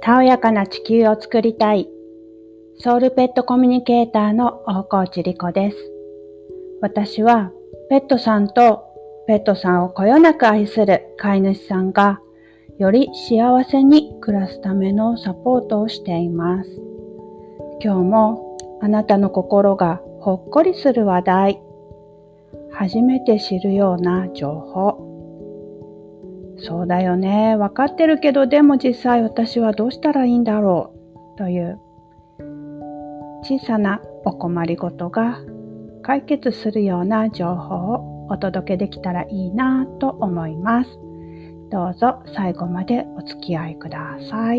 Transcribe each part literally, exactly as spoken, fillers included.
たおやかな地球を作りたいソウルペットコミュニケーターの大河内理子です。私はペットさんとペットさんをこよなく愛する飼い主さんがより幸せに暮らすためのサポートをしています。今日もあなたの心がほっこりする話題、初めて知るような情報、そうだよね、わかってるけどでも実際私はどうしたらいいんだろうという小さなお困りごとが解決するような情報をお届けできたらいいなと思います。どうぞ最後までお付き合いください。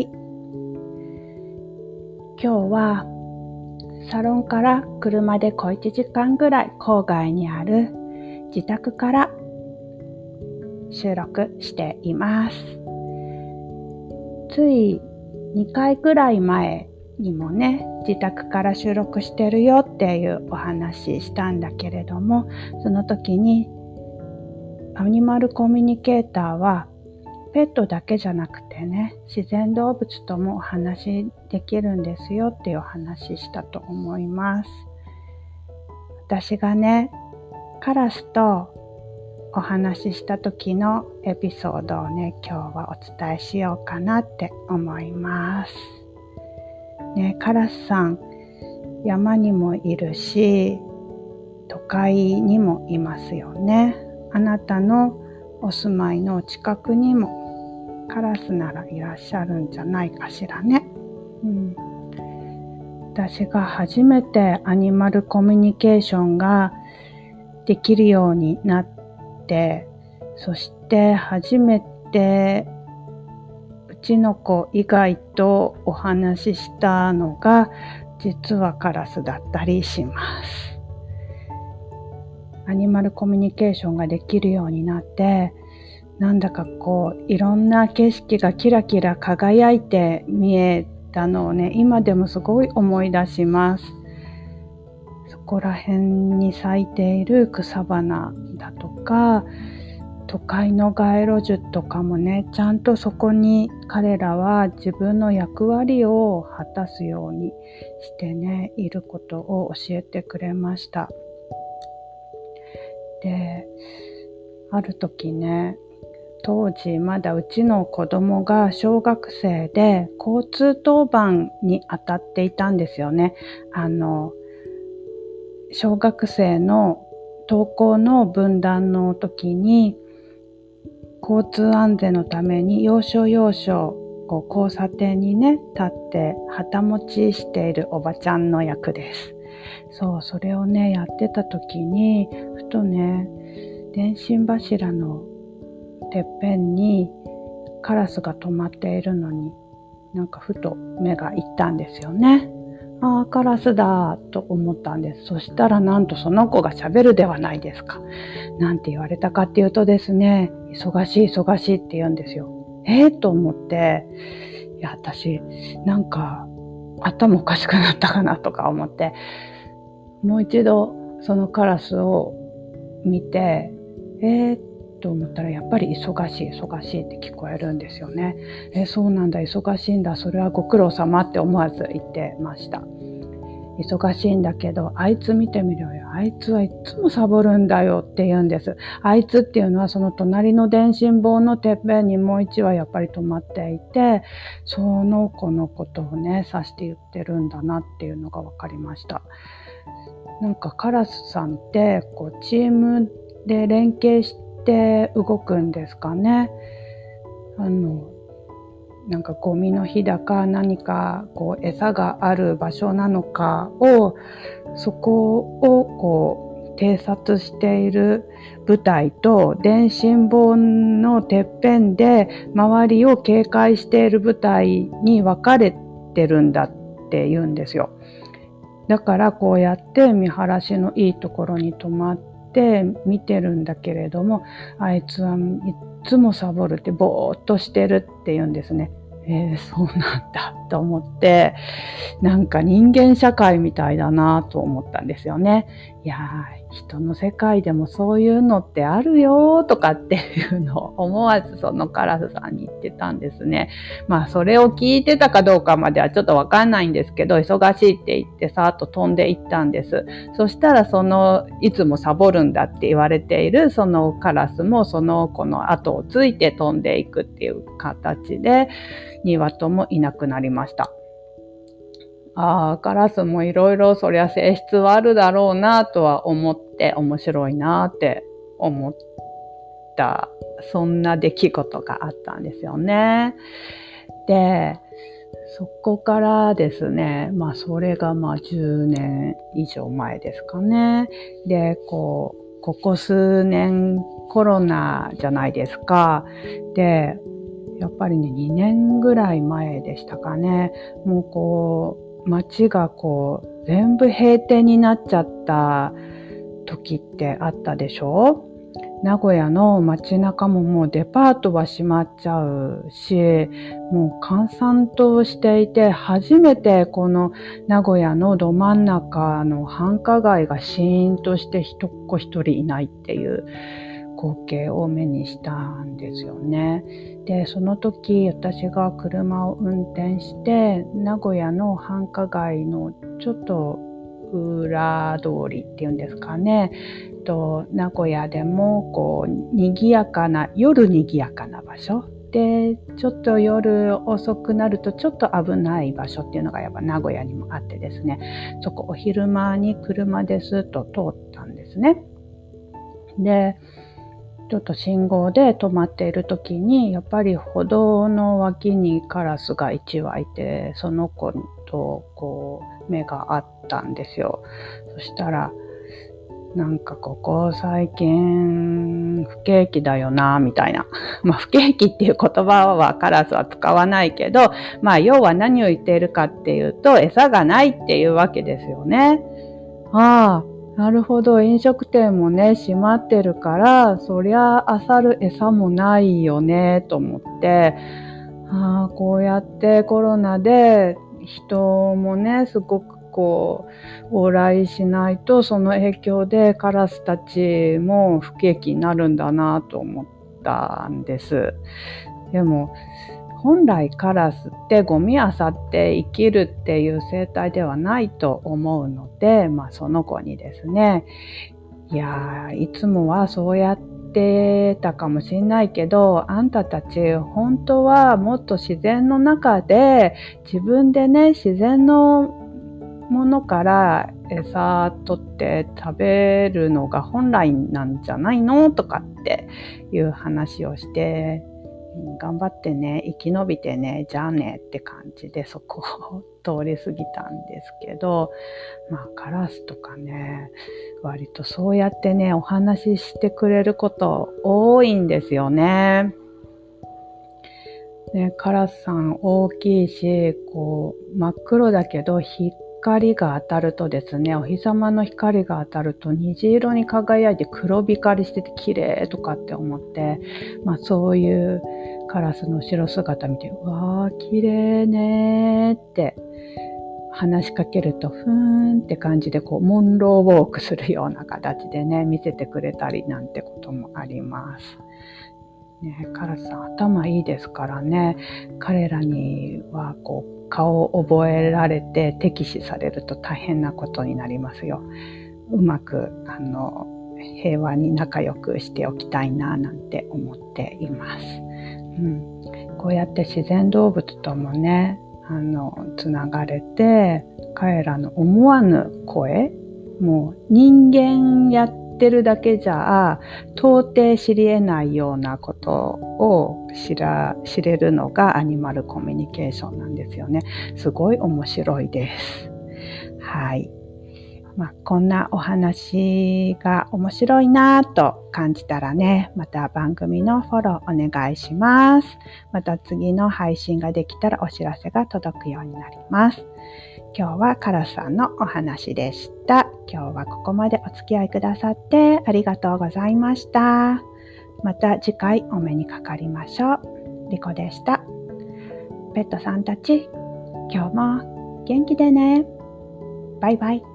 今日はサロンから車で小いちじかんぐらい郊外にある自宅から収録しています。ついにかいぐらい前にもね、自宅から収録してるよっていうお話したんだけれども、その時にアニマルコミュニケーターはペットだけじゃなくてね、自然動物ともお話できるんですよっていうお話したと思います。私がね、カラスとお話しした時のエピソードをね、今日はお伝えしようかなって思います。ね、カラスさん、山にもいるし、都会にもいますよね。あなたのお住まいの近くにもカラスならいらっしゃるんじゃないかしらね。うん、私が初めてアニマルコミュニケーションができるようになって、そして初めてうちの子以外とお話ししたのが実はカラスだったりします。アニマルコミュニケーションができるようになって、なんだかこういろんな景色がキラキラ輝いて見えたのをね、今でもすごい思い出します。そこら辺に咲いている草花だとか、都会の街路樹とかもね、ちゃんとそこに彼らは自分の役割を果たすようにしてね、いることを教えてくれました。で、ある時ね、当時まだうちの子供が小学生で交通当番に当たっていたんですよね。あの、小学生の登校の分断の時に交通安全のために要所要所こう交差点にね立って旗持ちしているおばちゃんの役です。そう、それをねやってた時にふとね、電信柱のてっぺんにカラスが止まっているのになんかふと目がいったんですよね。ああ、カラスだと思ったんです。そしたらなんとその子が喋るではないですか。なんて言われたかっていうとですね、忙しい忙しいって言うんですよ。えーと思って、いや私なんか頭おかしくなったかなとか思って、もう一度そのカラスを見て、えーと思ったらやっぱり忙しい忙しいって聞こえるんですよね。えー、そうなんだ、忙しいんだ、それはご苦労様って思わず言ってました。忙しいんだけど、あいつ見てみろよ。あいつはいつもサボるんだよって言うんです。あいつっていうのはその隣の電信棒のてっぺんにもう一羽やっぱり止まっていて、その子のことをね、指して言ってるんだなっていうのが分かりました。なんかカラスさんってこうチームで連携して動くんですかね。あの、なんかゴミの日だか何かこう餌がある場所なのかをそこをこう偵察している部隊と電信棒のてっぺんで周りを警戒している部隊に分かれてるんだって言うんですよ。だからこうやって見晴らしのいいところに止まって見てるんだけれども、あいつはいつもサボるってぼーっとしてるって言うんですね。えー、そうなんだと思って、なんか人間社会みたいだなと思ったんですよね。いやー、 人の世界でもそういうのってあるよとかっていうのを思わずそのカラスさんに言ってたんですね。まあそれを聞いてたかどうかまではちょっとわかんないんですけど、忙しいって言ってさーっと飛んでいったんです。そしたらそのいつもサボるんだって言われているそのカラスもその子の後をついて飛んでいくっていう形でにわともいなくなりました。ああ、カラスもいろいろそりゃ性質はあるだろうなとは思って面白いなって思った、そんな出来事があったんですよね。で、そこからですね、まあそれがまあじゅうねん以上前ですかね。で、こう、ここ数年コロナじゃないですか。で、やっぱりね、にねんぐらい前でしたかね。もうこう、街がこう全部閉店になっちゃった時ってあったでしょ？名古屋の街中ももうデパートは閉まっちゃうし、もう閑散としていて、初めてこの名古屋のど真ん中の繁華街がシーンとして一っ子一人いないっていう光景を目にしたんですよね。で、その時私が車を運転して名古屋の繁華街のちょっと裏通りっていうんですかね、と名古屋でもこう賑やかな夜賑やかな場所で、ちょっと夜遅くなるとちょっと危ない場所っていうのがやっぱ名古屋にもあってですね、そこお昼間に車でスッと通ったんですね。で、ちょっと信号で止まっている時にやっぱり歩道の脇にカラスが一羽いて、その子とこう目が合ったんですよ。そしたらなんかここ最近不景気だよなみたいな、まあ不景気っていう言葉はカラスは使わないけど、まあ要は何を言っているかっていうと、餌がないっていうわけですよね。ああ、なるほど。飲食店もね、閉まってるから、そりゃ漁る餌もないよね、と思って、ああ、こうやってコロナで人もね、すごくこう、往来しないと、その影響でカラスたちも不景気になるんだな、と思ったんです。でも、本来カラスってゴミ漁って生きるっていう生態ではないと思うので、まあその子にですね、いやー、いつもはそうやってたかもしれないけど、あんたたち本当はもっと自然の中で自分でね、自然のものから餌取って食べるのが本来なんじゃないのとかっていう話をして、頑張ってね、生き延びてね、じゃあねって感じでそこを通り過ぎたんですけど、まあカラスとかね、割とそうやってね、お話ししてくれること多いんですよね。ね、カラスさん大きいし、こう真っ黒だけど光が当たるとですね、お日様の光が当たると虹色に輝いて黒光りしてて綺麗とかって思って、まあそういうカラスの後ろ姿見て、うわー綺麗ねーって話しかけると、ふーんって感じでこうモンローウォークするような形でね、見せてくれたりなんてこともあります。ね、カラスさん頭いいですからね、彼らにはこう顔を覚えられて敵視されると大変なことになりますよ。うまくあの平和に仲良くしておきたいななんて思っています。うん、こうやって自然動物ともね、あのつながれて、彼らの思わぬ声、もう人間やってるだけじゃ到底知り得ないようなことを知ら、知れるのがアニマルコミュニケーションなんですよね。すごい面白いです。はい。まあ、こんなお話が面白いなぁと感じたらね、また番組のフォローお願いします。また次の配信ができたらお知らせが届くようになります。今日はカラスさんのお話でした。今日はここまでお付き合いくださってありがとうございました。また次回お目にかかりましょう。リコでした。ペットさんたち、今日も元気でね。バイバイ。